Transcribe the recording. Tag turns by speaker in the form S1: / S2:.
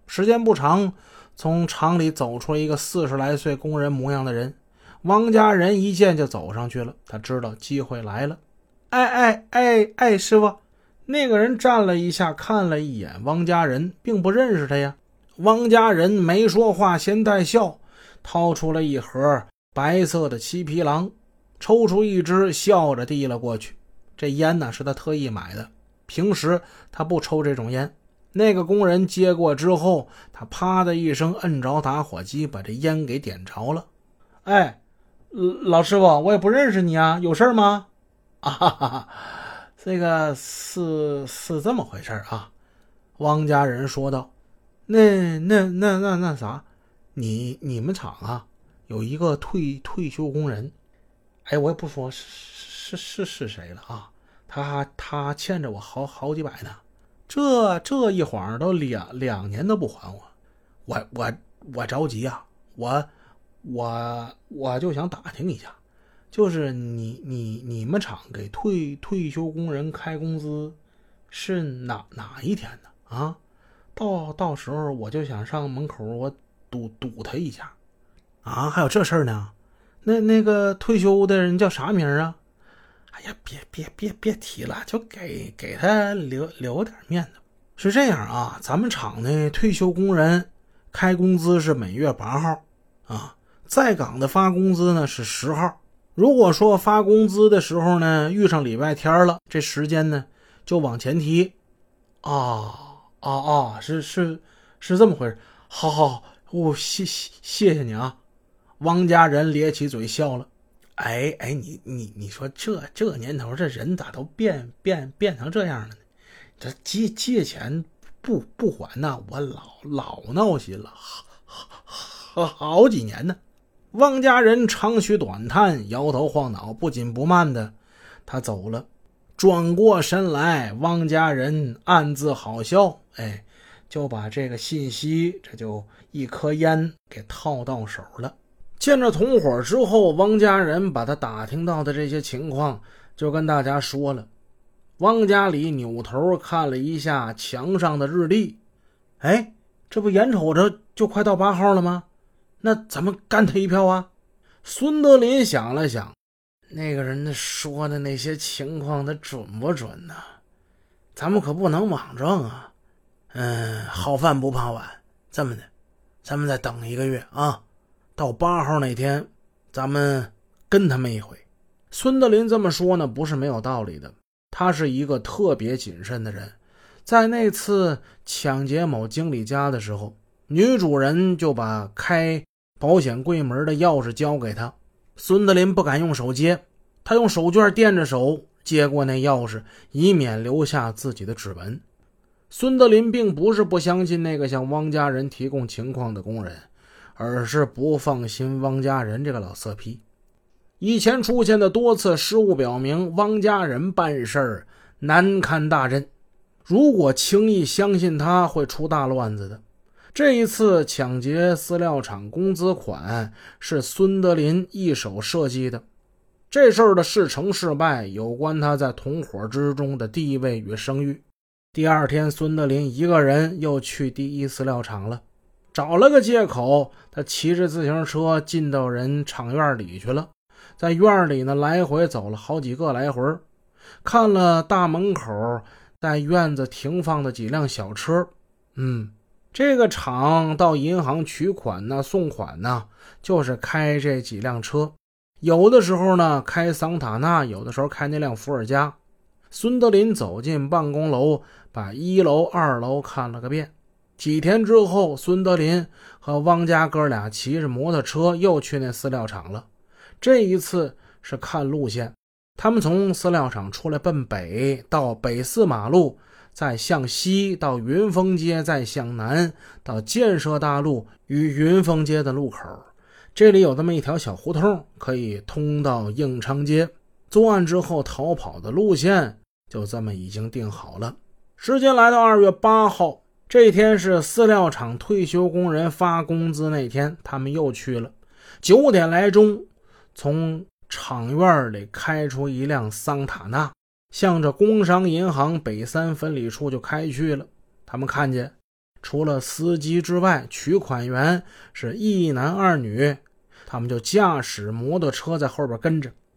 S1: 时间不长，从厂里走出一个40来岁工人模样的人。汪家人一见就走上去了，他知道机会来了。师傅。那个人站了一下，看了一眼汪家人，并不认识他呀。汪家人没说话，先带笑，掏出了一盒白色的七匹狼，抽出一支，笑着递了过去。这烟呢是他特意买的，平时他不抽这种烟。那个工人接过之后，他啪的一声摁着打火机，把这烟给点着了。老师傅，我也不认识你啊，有事吗？这个是这么回事啊。汪家人说道。那啥，你们厂啊有一个退休工人，我也不说是谁了啊，他欠着我好几百呢，这一晃都两年都不还我着急啊，我就想打听一下，就是你们厂给退休工人开工资是哪一天呢？啊，到时候我就想上门口我堵他一下。啊，还有这事儿呢？那个退休的人叫啥名啊？哎呀，别提了，就给他留点面子。是这样啊，咱们厂的退休工人开工资是每月8号啊，在岗的发工资呢是10号。如果说发工资的时候呢遇上礼拜天了，这时间呢就往前提。是这么回事。好，我谢谢你啊。汪家人咧起嘴笑了。你说这年头这人咋都变成这样了呢？这借钱不还呢，我老闹心了，好几年呢。汪家人长吁短叹，摇头晃脑，不紧不慢的他走了。转过身来，汪家人暗自好笑，就把这个信息，这就一颗烟给套到手了。见着同伙之后，汪家人把他打听到的这些情况就跟大家说了。汪家里扭头看了一下墙上的日历，这不眼瞅着就快到8号了吗？那咱们干他一票啊。孙德林想了想，那个人说的那些情况他准不准呢？咱们可不能妄证啊。好饭不怕晚，这么的，咱们再等1个月啊，到8号那天咱们跟他们一回。孙德林这么说呢不是没有道理的，他是一个特别谨慎的人。在那次抢劫某经理家的时候，女主人就把开保险柜门的钥匙交给他，孙德林不敢用手接，他用手绢垫着手接过那钥匙，以免留下自己的指纹。孙德林并不是不相信那个向汪家人提供情况的工人，而是不放心汪家人这个老色批。以前出现的多次失误表明，汪家人办事儿难堪大任，如果轻易相信他会出大乱子的。这一次抢劫饲料厂工资款是孙德林一手设计的，这事儿的是成是败有关他在同伙之中的地位与声誉。第二天，孙德林一个人又去第一饲料厂了，找了个借口，他骑着自行车进到人厂院里去了。在院里呢来回走了好几个来回，看了大门口在院子停放的几辆小车。这个厂到银行取款呢送款呢就是开这几辆车，有的时候呢开桑塔纳，有的时候开那辆伏尔加。孙德林走进办公楼，把1楼2楼看了个遍。几天之后，孙德林和汪家哥俩骑着摩托车又去那饲料厂了。这一次是看路线，他们从饲料厂出来奔北，到北4马路，再向西到云峰街，再向南到建设大路与云峰街的路口。这里有这么一条小胡同，可以通到应昌街。作案之后逃跑的路线就这么已经定好了。时间来到2月8号，这天是饲料厂退休工人发工资那天，他们又去了。9点来钟，从厂院里开出一辆桑塔纳，向着工商银行北3分理处就开去了。他们看见除了司机之外，取款员是一男二女，他们就驾驶摩托车在后边跟着。